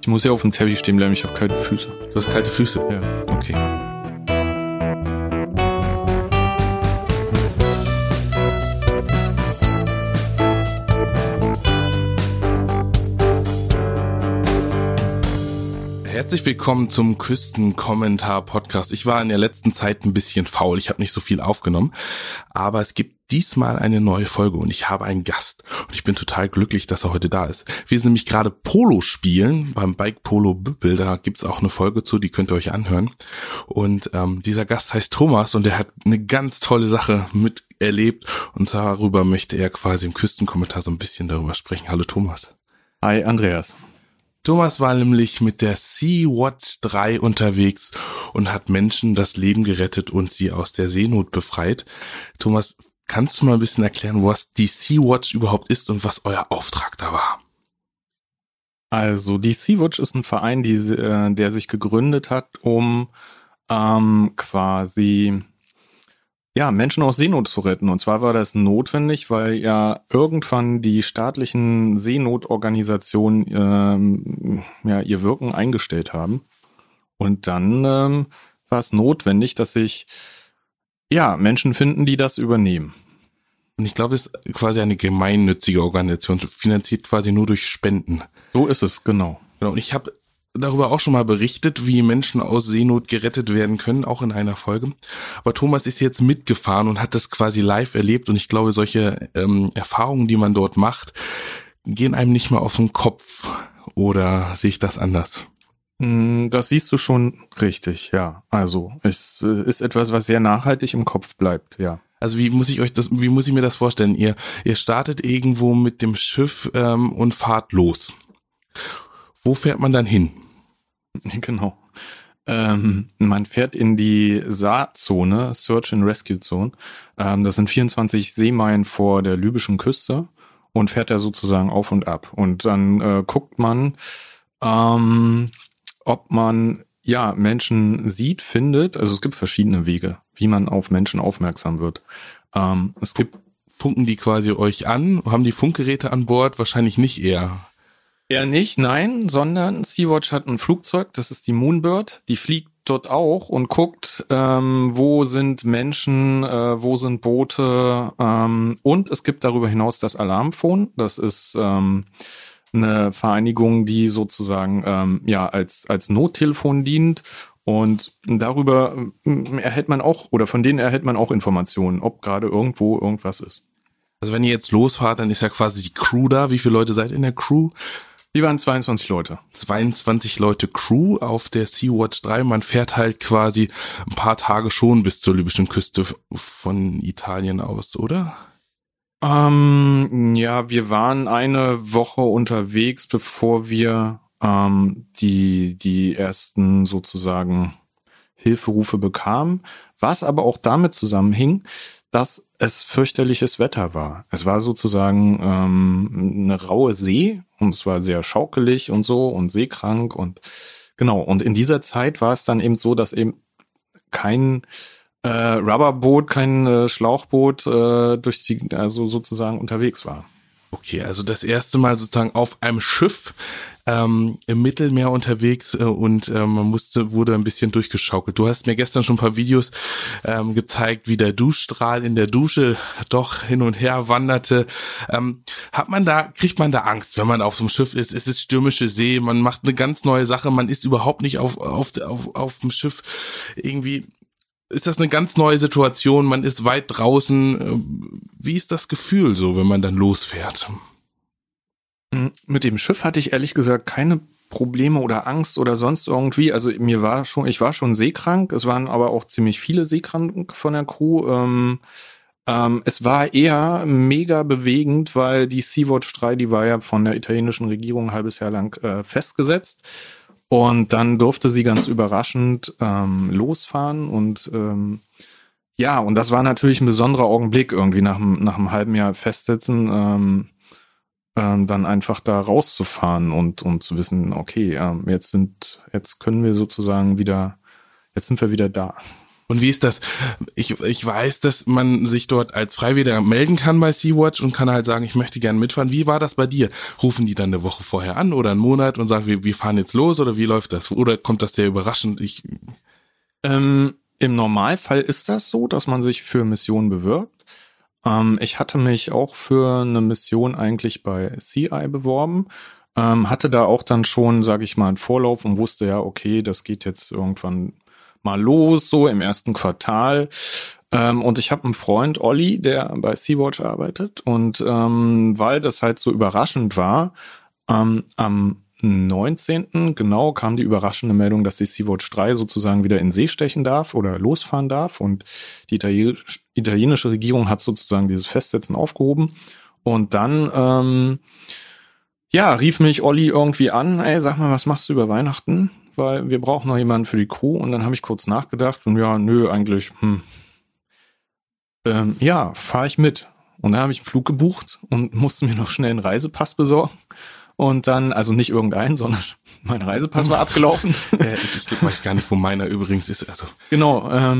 Ich muss ja auf dem Teppich stehen bleiben, ich habe kalte Füße. Du hast kalte Füße? Ja. Okay. Herzlich willkommen zum Küstenkommentar-Podcast. Ich war in der letzten Zeit ein bisschen faul, ich habe nicht so viel aufgenommen, aber es gibt diesmal eine neue Folge und ich habe einen Gast und ich bin total glücklich, dass er heute da ist. Wir sind nämlich gerade Polo spielen, beim Bike Polo Büppel, da gibt's auch eine Folge zu, die könnt ihr euch anhören. Und dieser Gast heißt Thomas und er hat eine ganz tolle Sache miterlebt und darüber möchte er quasi im Küstenkommentar so ein bisschen darüber sprechen. Hallo Thomas. Hi Andreas. Thomas war nämlich mit der Sea-Watch 3 unterwegs und hat Menschen das Leben gerettet und sie aus der Seenot befreit. Thomas, kannst du mal ein bisschen erklären, was die Sea-Watch überhaupt ist und was euer Auftrag da war? Also die Sea-Watch ist ein Verein, der sich gegründet hat, um quasi Menschen aus Seenot zu retten. Und zwar war das notwendig, weil ja irgendwann die staatlichen Seenotorganisationen ihr Wirken eingestellt haben. Und dann war es notwendig, dass sich Menschen finden, die das übernehmen. Und ich glaube, das ist quasi eine gemeinnützige Organisation, finanziert quasi nur durch Spenden. So ist es, genau. Und ich habe darüber auch schon mal berichtet, wie Menschen aus Seenot gerettet werden können, auch in einer Folge. Aber Thomas ist jetzt mitgefahren und hat das quasi live erlebt und ich glaube, solche Erfahrungen, die man dort macht, gehen einem nicht mehr auf den Kopf. Oder sehe ich das anders? Das siehst du schon richtig, ja. Also es ist etwas, was sehr nachhaltig im Kopf bleibt, ja. Also wie muss ich mir das vorstellen? Ihr startet irgendwo mit dem Schiff und fahrt los. Wo fährt man dann hin? Genau. Man fährt in die SAR-Zone, Search and Rescue Zone. Das sind 24 Seemeilen vor der libyschen Küste und fährt da sozusagen auf und ab. Und dann guckt man, ob man Menschen sieht, findet. Also es gibt verschiedene Wege, wie man auf Menschen aufmerksam wird. Es gibt Funken die quasi euch an? Haben die Funkgeräte an Bord? Wahrscheinlich nicht eher. Eher nicht, nein, sondern Sea-Watch hat ein Flugzeug, das ist die Moonbird, die fliegt dort auch und guckt, wo sind Menschen, wo sind Boote, und es gibt darüber hinaus das Alarmphone, das ist eine Vereinigung, die sozusagen als Nottelefon dient und darüber erhält man auch, oder von denen erhält man auch Informationen, ob gerade irgendwo irgendwas ist. Also wenn ihr jetzt losfahrt, dann ist ja quasi die Crew da. Wie viele Leute seid ihr in der Crew? Wir waren 22 Leute. 22 Leute Crew auf der Sea-Watch 3. Man fährt halt quasi ein paar Tage schon bis zur libyschen Küste von Italien aus, oder? Wir waren eine Woche unterwegs, bevor wir die ersten sozusagen Hilferufe bekamen. Was aber auch damit zusammenhing, dass es fürchterliches Wetter war. Es war sozusagen eine raue See und es war sehr schaukelig und so und seekrank und genau. Und in dieser Zeit war es dann eben so, dass eben kein Rubberboot, kein Schlauchboot sozusagen unterwegs war. Okay, also das erste Mal sozusagen auf einem Schiff im Mittelmeer unterwegs und man wurde ein bisschen durchgeschaukelt. Du hast mir gestern schon ein paar Videos gezeigt, wie der Duschstrahl in der Dusche doch hin und her wanderte. Kriegt man da Angst, wenn man auf so einem Schiff ist? Es ist stürmische See, man macht eine ganz neue Sache, man ist überhaupt nicht auf dem Schiff. Irgendwie ist das eine ganz neue Situation, man ist weit draußen. Wie ist das Gefühl so, wenn man dann losfährt? Mit dem Schiff hatte ich ehrlich gesagt keine Probleme oder Angst oder sonst irgendwie. Also ich war schon seekrank, es waren aber auch ziemlich viele seekrank von der Crew. Es war eher mega bewegend, weil die Sea-Watch 3, die war ja von der italienischen Regierung ein halbes Jahr lang festgesetzt. Und dann durfte sie ganz überraschend losfahren und und das war natürlich ein besonderer Augenblick irgendwie nach einem halben Jahr festsitzen, dann einfach da rauszufahren und zu wissen, okay, jetzt sind wir wieder da. Und wie ist das? Ich weiß, dass man sich dort als Freiwilliger melden kann bei Sea-Watch und kann halt sagen, ich möchte gerne mitfahren. Wie war das bei dir? Rufen die dann eine Woche vorher an oder einen Monat und sagen, wir fahren jetzt los oder wie läuft das? Oder kommt das sehr überraschend? Im Normalfall ist das so, dass man sich für Missionen bewirbt. Ich hatte mich auch für eine Mission eigentlich bei CI beworben, hatte da auch dann schon, sage ich mal, einen Vorlauf und wusste ja, okay, das geht jetzt irgendwann mal los, so im ersten Quartal. Und ich habe einen Freund, Olli, der bei Sea-Watch arbeitet. Und weil das halt so überraschend war, am 19. genau kam die überraschende Meldung, dass die Sea-Watch 3 sozusagen wieder in See stechen darf oder losfahren darf. Und die italienische Regierung hat sozusagen dieses Festsetzen aufgehoben. Und dann rief mich Olli irgendwie an, ey, sag mal, was machst du über Weihnachten? Weil wir brauchen noch jemanden für die Crew. Und dann habe ich kurz nachgedacht und eigentlich, fahre ich mit. Und dann habe ich einen Flug gebucht und musste mir noch schnell einen Reisepass besorgen. Und dann, also nicht irgendeinen, sondern mein Reisepass war abgelaufen. Ich weiß gar nicht, wo meiner übrigens ist. Also. Genau,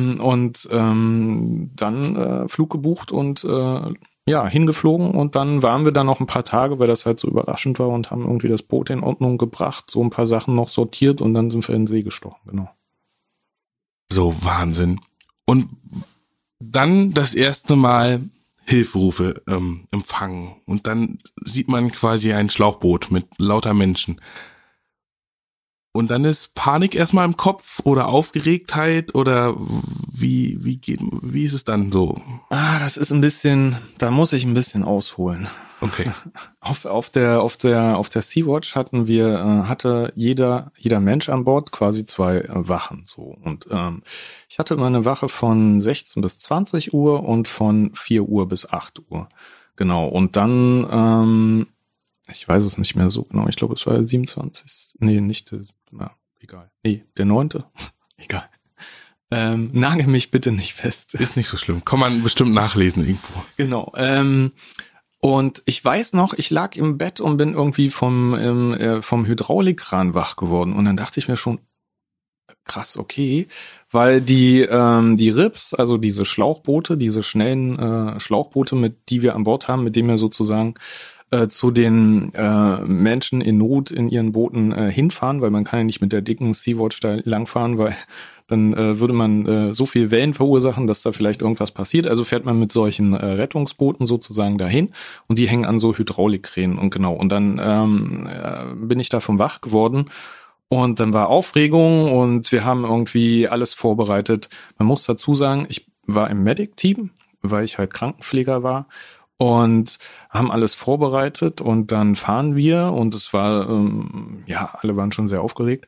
dann Flug gebucht und hingeflogen und dann waren wir da noch ein paar Tage, weil das halt so überraschend war und haben irgendwie das Boot in Ordnung gebracht, so ein paar Sachen noch sortiert und dann sind wir in den See gestochen, genau. So, Wahnsinn. Und dann das erste Mal Hilferufe empfangen und dann sieht man quasi ein Schlauchboot mit lauter Menschen. Und dann ist Panik erstmal im Kopf oder Aufgeregtheit oder wie ist es dann so? Das ist ein bisschen, da muss ich ein bisschen ausholen. Okay. Auf der Sea-Watch hatte jeder Mensch an Bord quasi 2 Wachen, so. Und, ich hatte immer eine Wache von 16 bis 20 Uhr und von 4 Uhr bis 8 Uhr. Genau. Und dann, ich weiß es nicht mehr so genau. Ich glaube, es war der 27. Nee, nicht, egal. Nee, der 9. Egal. Nagel mich bitte nicht fest. Ist nicht so schlimm. Kann man bestimmt nachlesen irgendwo. Genau. Und ich weiß noch, ich lag im Bett und bin irgendwie vom Hydraulikkran wach geworden. Und dann dachte ich mir schon, krass, okay, weil die RIPs, also diese Schlauchboote, diese schnellen Schlauchboote, die wir an Bord haben, mit denen wir sozusagen zu den Menschen in Not in ihren Booten hinfahren, weil man kann ja nicht mit der dicken Sea-Watch da langfahren, weil dann würde man so viel Wellen verursachen, dass da vielleicht irgendwas passiert. Also fährt man mit solchen Rettungsbooten sozusagen dahin und die hängen an so Hydraulikkränen und genau. Und dann bin ich davon wach geworden und dann war Aufregung und wir haben irgendwie alles vorbereitet. Man muss dazu sagen, ich war im Medic-Team, weil ich halt Krankenpfleger war. Und haben alles vorbereitet und dann fahren wir und es war, alle waren schon sehr aufgeregt.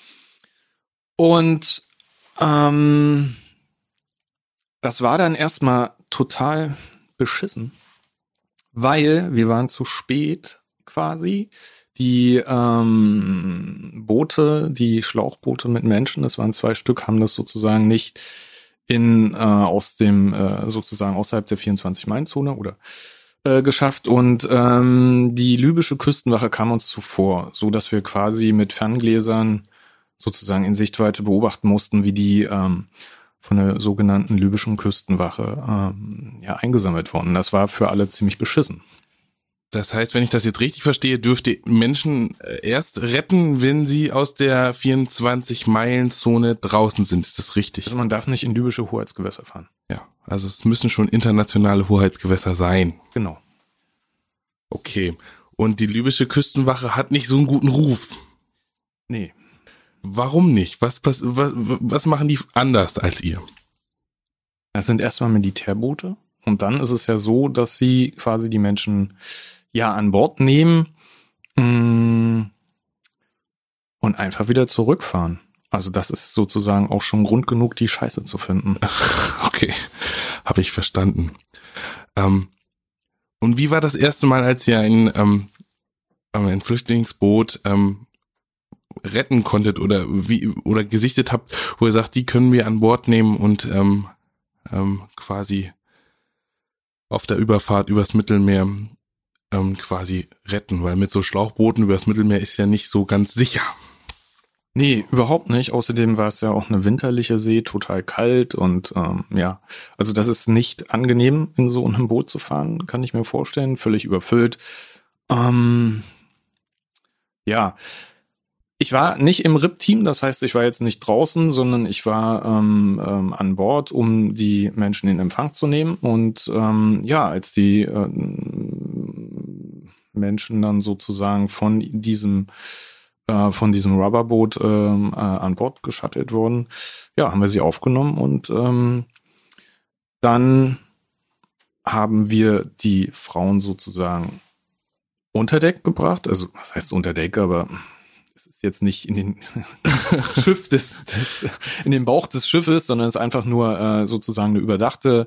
Und das war dann erstmal total beschissen, weil wir waren zu spät quasi. Die die Schlauchboote mit Menschen, das waren 2 Stück, haben das sozusagen nicht sozusagen außerhalb der 24-Meilen-Zone oder geschafft und die libysche Küstenwache kam uns zuvor, so dass wir quasi mit Ferngläsern sozusagen in Sichtweite beobachten mussten, wie die von der sogenannten libyschen Küstenwache eingesammelt wurden. Das war für alle ziemlich beschissen. Das heißt, wenn ich das jetzt richtig verstehe, dürft ihr Menschen erst retten, wenn sie aus der 24-Meilen-Zone draußen sind. Ist das richtig? Also man darf nicht in libysche Hoheitsgewässer fahren. Ja, also es müssen schon internationale Hoheitsgewässer sein. Genau. Okay. Und die libysche Küstenwache hat nicht so einen guten Ruf. Nee. Warum nicht? Was machen die anders als ihr? Das sind erstmal Militärboote. Und dann ist es ja so, dass sie quasi die Menschen an Bord nehmen und einfach wieder zurückfahren. Also das ist sozusagen auch schon Grund genug, die Scheiße zu finden. Okay, habe ich verstanden. Und wie war das erste Mal, als ihr ein Flüchtlingsboot retten konntet oder gesichtet habt, wo ihr sagt, die können wir an Bord nehmen und quasi auf der Überfahrt übers Mittelmeer quasi retten, weil mit so Schlauchbooten übers Mittelmeer ist ja nicht so ganz sicher. Nee, überhaupt nicht. Außerdem war es ja auch eine winterliche See, total kalt und ja, also das ist nicht angenehm, in so einem Boot zu fahren, kann ich mir vorstellen. Völlig überfüllt. Ja, ich war nicht im RIP-Team, das heißt, ich war jetzt nicht draußen, sondern ich war an Bord, um die Menschen in Empfang zu nehmen. Und ja, als die Menschen dann sozusagen von diesem Rubberboot an Bord geschattelt wurden, ja, haben wir sie aufgenommen und dann haben wir die Frauen sozusagen unter Deck gebracht. Also, was heißt unter Deck, aber es ist jetzt nicht in den Schiff in den Bauch des Schiffes, sondern es ist einfach nur sozusagen eine überdachte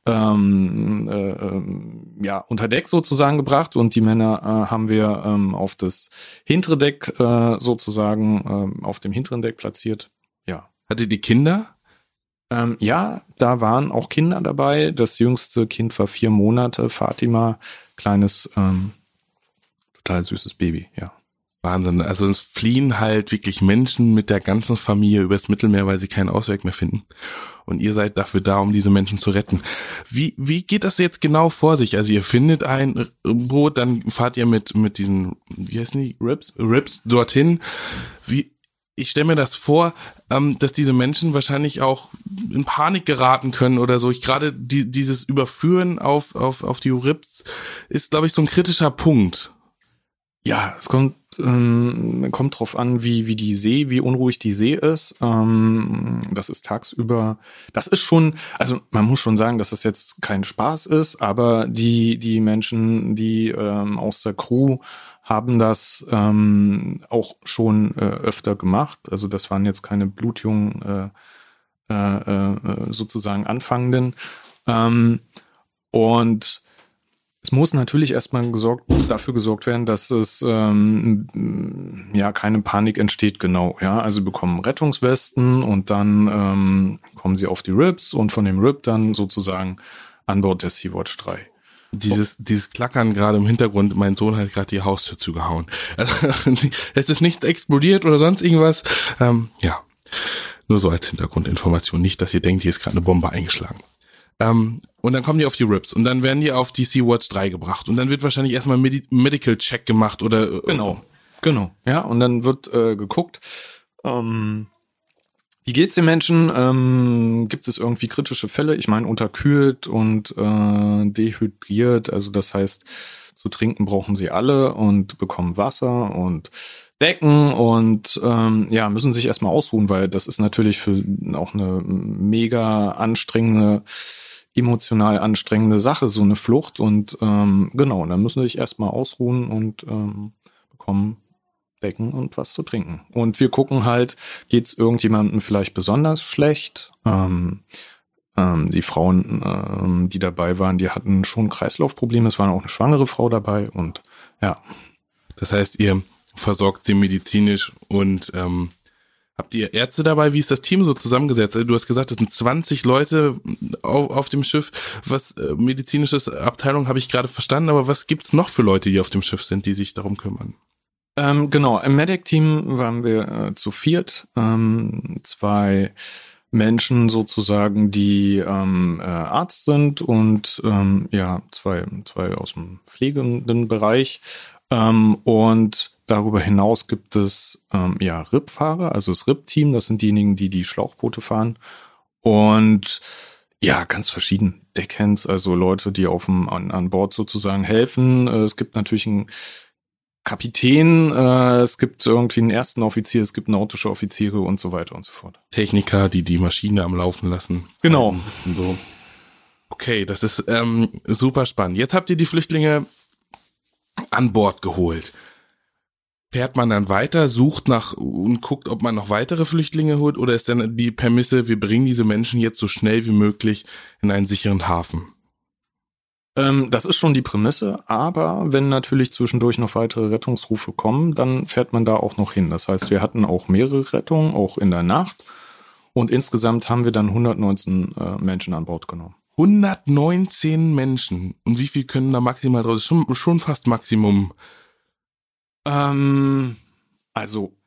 ja, unter Deck sozusagen gebracht und die Männer haben wir auf das hintere Deck sozusagen auf dem hinteren Deck platziert. Ja. Hatte die Kinder? Ja, da waren auch Kinder dabei. Das jüngste Kind war 4 Monate, Fatima, kleines, total süßes Baby, ja. Wahnsinn. Also es fliehen halt wirklich Menschen mit der ganzen Familie übers Mittelmeer, weil sie keinen Ausweg mehr finden. Und ihr seid dafür da, um diese Menschen zu retten. Wie geht das jetzt genau vor sich? Also ihr findet ein Boot, dann fahrt ihr mit diesen, wie heißen die? Rips dorthin. Ich stelle mir das vor, dass diese Menschen wahrscheinlich auch in Panik geraten können oder so. Gerade dieses Überführen auf die Rips ist, glaube ich, so ein kritischer Punkt. Ja, es kommt drauf an, wie unruhig die See ist. Das ist tagsüber, das ist schon, also man muss schon sagen, dass das jetzt kein Spaß ist, aber die Menschen, die aus der Crew haben das auch schon öfter gemacht. Also das waren jetzt keine blutjungen sozusagen Anfangenden. Und es muss natürlich erstmal dafür gesorgt werden, dass es ja keine Panik entsteht, genau. Ja, also sie bekommen Rettungswesten und dann kommen sie auf die Rips und von dem Rip dann sozusagen an Bord der Sea-Watch 3. Dieses Klackern gerade im Hintergrund, mein Sohn hat gerade die Haustür zugehauen. Also, es ist nicht explodiert oder sonst irgendwas. Ja, nur so als Hintergrundinformation. Nicht, dass ihr denkt, hier ist gerade eine Bombe eingeschlagen. Und dann kommen die auf die Rips und dann werden die auf die Sea-Watch 3 gebracht und dann wird wahrscheinlich erstmal ein Medical Check gemacht oder... Genau. Ja, und dann wird geguckt, wie geht's den Menschen? Gibt es irgendwie kritische Fälle? Ich meine, unterkühlt und dehydriert, also das heißt, zu trinken brauchen sie alle und bekommen Wasser und Decken und ja, müssen sich erstmal ausruhen, weil das ist natürlich für auch eine mega emotional anstrengende Sache, so eine Flucht und genau, und dann müssen sie sich erstmal ausruhen und bekommen Decken und was zu trinken. Und wir gucken halt, geht's irgendjemandem vielleicht besonders schlecht? Die Frauen, die dabei waren, die hatten schon Kreislaufprobleme, es war auch eine schwangere Frau dabei und ja. Das heißt, ihr versorgt sie medizinisch und habt ihr Ärzte dabei? Wie ist das Team so zusammengesetzt? Du hast gesagt, es sind 20 Leute auf dem Schiff. Was medizinisches Abteilung habe ich gerade verstanden, aber was gibt's noch für Leute, die auf dem Schiff sind, die sich darum kümmern? Genau, im Medic-Team waren wir zu 4. 2 Menschen sozusagen, die Arzt sind und ja, zwei aus dem pflegenden Bereich. Und darüber hinaus gibt es ja RIP-Fahrer, also das RIP-Team, das sind diejenigen, die die Schlauchboote fahren. Und ja, ganz verschieden. Deckhands, also Leute, die an Bord sozusagen helfen. Es gibt natürlich einen Kapitän, es gibt irgendwie einen ersten Offizier, es gibt nautische Offiziere und so weiter und so fort. Techniker, die Maschine am Laufen lassen. Genau. So. Okay, das ist super spannend. Jetzt habt ihr die Flüchtlinge an Bord geholt. Fährt man dann weiter, sucht nach und guckt, ob man noch weitere Flüchtlinge holt, oder ist dann die Prämisse, wir bringen diese Menschen jetzt so schnell wie möglich in einen sicheren Hafen? Das ist schon die Prämisse, aber wenn natürlich zwischendurch noch weitere Rettungsrufe kommen, dann fährt man da auch noch hin. Das heißt, wir hatten auch mehrere Rettungen, auch in der Nacht, und insgesamt haben wir dann 119 Menschen an Bord genommen. 119 Menschen. Und wie viel können da maximal draus? Schon fast Maximum. Also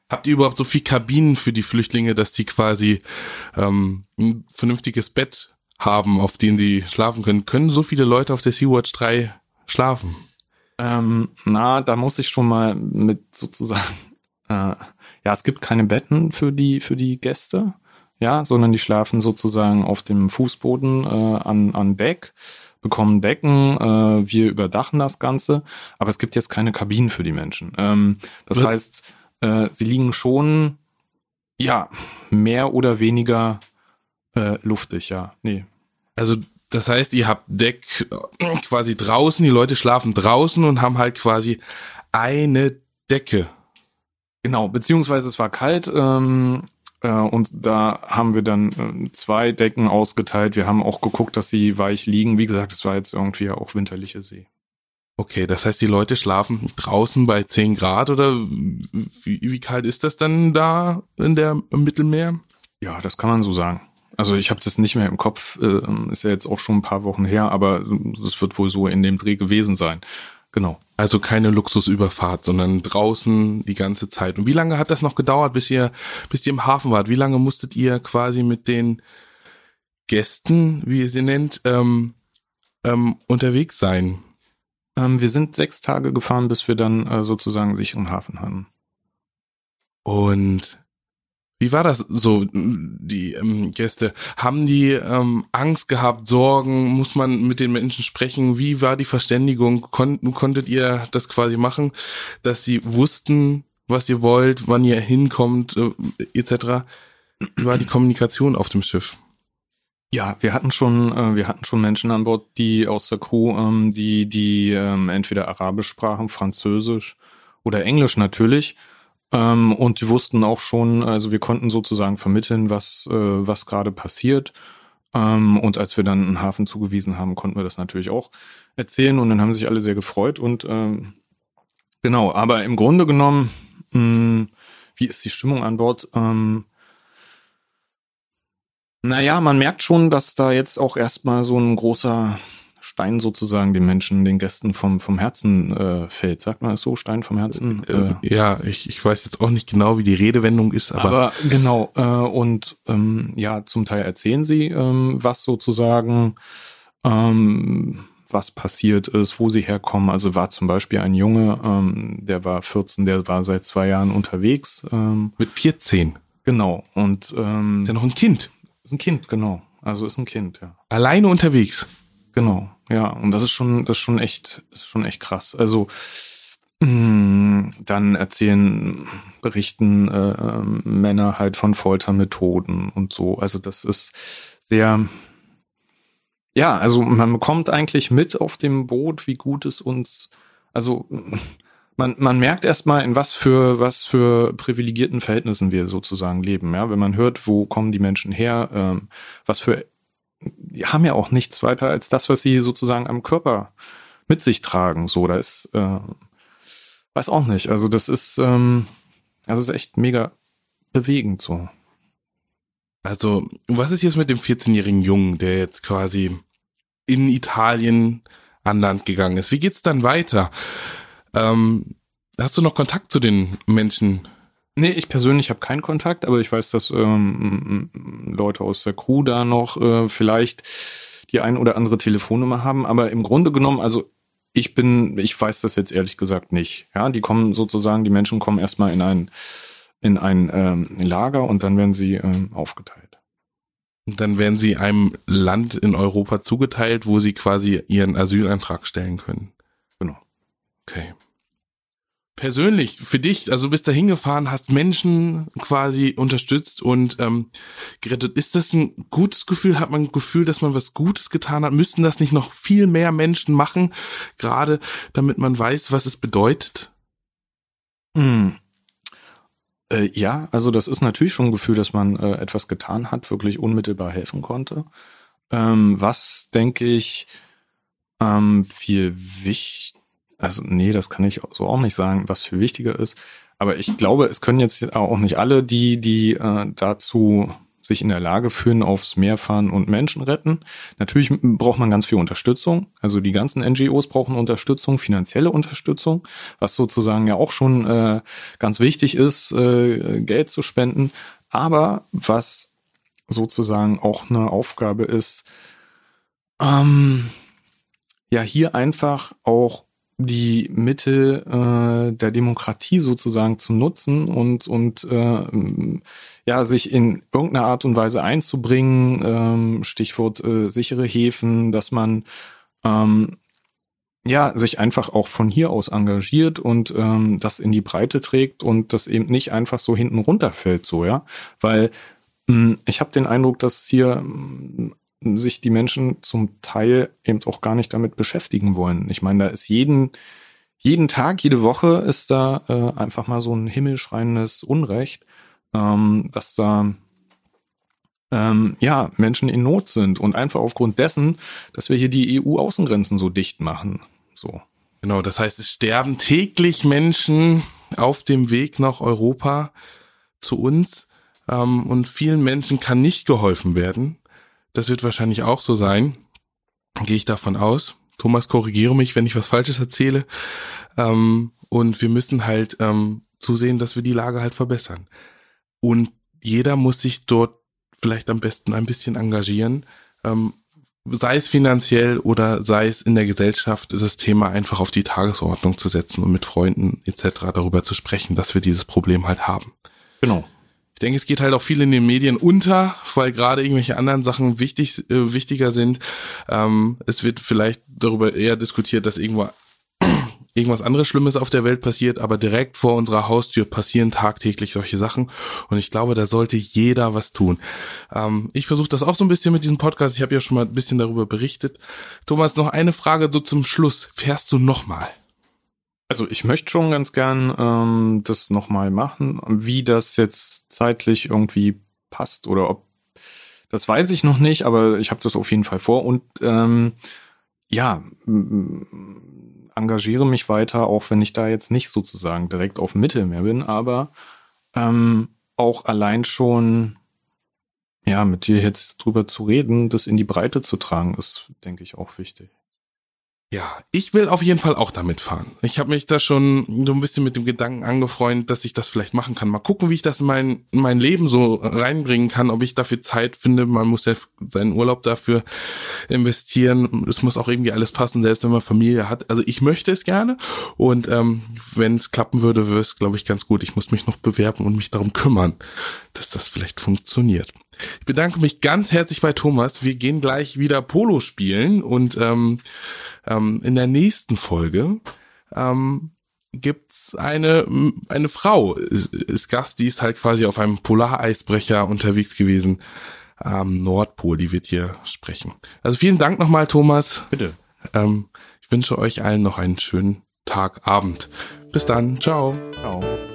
Habt ihr überhaupt so viel Kabinen für die Flüchtlinge, dass die quasi ein vernünftiges Bett haben, auf dem sie schlafen können? Können so viele Leute auf der Sea-Watch 3 schlafen? Da muss ich schon mal mit sozusagen, es gibt keine Betten für die Gäste, ja, sondern die schlafen sozusagen auf dem Fußboden an Deck, bekommen Decken, wir überdachen das Ganze, aber es gibt jetzt keine Kabinen für die Menschen. Das heißt, sie liegen schon, mehr oder weniger luftig, ja. Nee. Also das heißt, ihr habt Deck quasi draußen, die Leute schlafen draußen und haben halt quasi eine Decke. Genau, beziehungsweise es war kalt und da haben wir dann 2 Decken ausgeteilt. Wir haben auch geguckt, dass sie weich liegen. Wie gesagt, es war jetzt irgendwie auch winterliche See. Okay, das heißt, die Leute schlafen draußen bei 10 Grad oder wie kalt ist das dann da im Mittelmeer? Ja, das kann man so sagen. Also ich habe das nicht mehr im Kopf, ist ja jetzt auch schon ein paar Wochen her, aber es wird wohl so in dem Dreh gewesen sein. Genau. Also keine Luxusüberfahrt, sondern draußen die ganze Zeit. Und wie lange hat das noch gedauert, bis ihr im Hafen wart? Wie lange musstet ihr quasi mit den Gästen, wie ihr sie nennt, unterwegs sein? Wir sind 6 Tage gefahren, bis wir dann sozusagen sicheren Hafen hatten. Und wie war das so, die Gäste? Haben die Angst gehabt, Sorgen? Muss man mit den Menschen sprechen? Wie war die Verständigung? Konntet ihr das quasi machen, dass sie wussten, was ihr wollt, wann ihr hinkommt, etc.? Wie war die Kommunikation auf dem Schiff? Ja, wir hatten schon Menschen an Bord, die aus der Crew, die entweder Arabisch sprachen, Französisch oder Englisch natürlich. Und die wussten auch schon, also wir konnten sozusagen vermitteln, was gerade passiert. Und als wir dann einen Hafen zugewiesen haben, konnten wir das natürlich auch erzählen und dann haben sich alle sehr gefreut. Und genau, aber im Grunde genommen, wie ist die Stimmung an Bord? Man merkt schon, dass da jetzt auch erstmal so ein großer Stein sozusagen den Menschen, den Gästen vom Herzen fällt. Sagt man das so, Stein vom Herzen? Ja, ich weiß jetzt auch nicht genau, wie die Redewendung ist, aber genau. Und zum Teil erzählen sie, was sozusagen, was passiert ist, wo sie herkommen. Also war zum Beispiel ein Junge, der war 14, der war seit 2 Jahren unterwegs. Mit 14? Genau. Und ist ja noch ein Kind. Ist ein Kind, genau. Also ist ein Kind, ja. Alleine unterwegs. Genau, ja. Und das ist schon echt krass. Also dann berichten Männer halt von Foltermethoden und so. Also das ist sehr, ja, also man bekommt eigentlich mit auf dem Boot, wie gut es uns, also man merkt erstmal, in was für privilegierten Verhältnissen wir sozusagen leben, ja. Wenn man hört, wo kommen die Menschen her, die haben ja auch nichts weiter als das, was sie sozusagen am Körper mit sich tragen. So, da ist, weiß auch nicht. Also das ist echt mega bewegend so. Also, was ist jetzt mit dem 14-jährigen Jungen, der jetzt quasi in Italien an Land gegangen ist? Wie geht's dann weiter? Hast du noch Kontakt zu den Menschen? Nee, ich persönlich habe keinen Kontakt, aber ich weiß, dass Leute aus der Crew da noch vielleicht die ein oder andere Telefonnummer haben. Aber im Grunde genommen, also ich weiß das jetzt ehrlich gesagt nicht. Ja, die Menschen kommen erstmal in ein Lager und dann werden sie aufgeteilt. Und dann werden sie einem Land in Europa zugeteilt, wo sie quasi ihren Asylantrag stellen können. Genau. Okay. Persönlich, für dich, also du bist da hingefahren, hast Menschen quasi unterstützt und gerettet. Ist das ein gutes Gefühl? Hat man ein Gefühl, dass man was Gutes getan hat? Müssten das nicht noch viel mehr Menschen machen, gerade damit man weiß, was es bedeutet? Ja, also das ist natürlich schon ein Gefühl, dass man etwas getan hat, wirklich unmittelbar helfen konnte. Was, denke ich, viel wichtig. Also nee, das kann ich so auch nicht sagen, was viel wichtiger ist. Aber ich glaube, es können jetzt auch nicht alle, die dazu sich in der Lage fühlen, aufs Meer fahren und Menschen retten. Natürlich braucht man ganz viel Unterstützung. Also die ganzen NGOs brauchen Unterstützung, finanzielle Unterstützung, was sozusagen ja auch schon ganz wichtig ist, Geld zu spenden. Aber was sozusagen auch eine Aufgabe ist, ja hier einfach auch die Mittel der Demokratie sozusagen zu nutzen und ja sich in irgendeiner Art und Weise einzubringen, Stichwort sichere Häfen, dass man ja sich einfach auch von hier aus engagiert und das in die Breite trägt und das eben nicht einfach so hinten runterfällt, so, ja, weil ich habe den Eindruck, dass hier sich die Menschen zum Teil eben auch gar nicht damit beschäftigen wollen. Ich meine, da ist jeden Tag, jede Woche ist da einfach mal so ein himmelschreiendes Unrecht, dass da ja Menschen in Not sind und einfach aufgrund dessen, dass wir hier die EU-Außengrenzen so dicht machen. So. Genau, das heißt, es sterben täglich Menschen auf dem Weg nach Europa zu uns und vielen Menschen kann nicht geholfen werden. Das wird wahrscheinlich auch so sein, gehe ich davon aus. Thomas, korrigiere mich, wenn ich was Falsches erzähle. Und wir müssen halt zusehen, dass wir die Lage halt verbessern. Und jeder muss sich dort vielleicht am besten ein bisschen engagieren, sei es finanziell oder sei es in der Gesellschaft, das Thema einfach auf die Tagesordnung zu setzen und mit Freunden etc. darüber zu sprechen, dass wir dieses Problem halt haben. Genau. Ich denke, es geht halt auch viel in den Medien unter, weil gerade irgendwelche anderen Sachen wichtiger sind. Es wird vielleicht darüber eher diskutiert, dass irgendwas anderes Schlimmes auf der Welt passiert, aber direkt vor unserer Haustür passieren tagtäglich solche Sachen und ich glaube, da sollte jeder was tun. Ich versuche das auch so ein bisschen mit diesem Podcast, ich habe ja schon mal ein bisschen darüber berichtet. Thomas, noch eine Frage so zum Schluss. Fährst du nochmal? Also ich möchte schon ganz gern das nochmal machen. Wie das jetzt zeitlich irgendwie passt oder ob, das weiß ich noch nicht, aber ich habe das auf jeden Fall vor und ja, engagiere mich weiter, auch wenn ich da jetzt nicht sozusagen direkt auf dem Mittelmeer bin, aber auch allein schon, ja, mit dir jetzt drüber zu reden, das in die Breite zu tragen, ist, denke ich, auch wichtig. Ja, ich will auf jeden Fall auch damit fahren. Ich habe mich da schon so ein bisschen mit dem Gedanken angefreundet, dass ich das vielleicht machen kann. Mal gucken, wie ich das in mein Leben so reinbringen kann, ob ich dafür Zeit finde. Man muss ja seinen Urlaub dafür investieren. Es muss auch irgendwie alles passen, selbst wenn man Familie hat. Also ich möchte es gerne und wenn es klappen würde, wäre es, glaube ich, ganz gut. Ich muss mich noch bewerben und mich darum kümmern, dass das vielleicht funktioniert. Ich bedanke mich ganz herzlich bei Thomas. Wir gehen gleich wieder Polo spielen und in der nächsten Folge gibt's eine Frau, ist Gast, die ist halt quasi auf einem Polareisbrecher unterwegs gewesen am Nordpol, die wird hier sprechen. Also vielen Dank nochmal, Thomas. Bitte. Ich wünsche euch allen noch einen schönen Tag, Abend. Bis dann. Ciao. Ciao.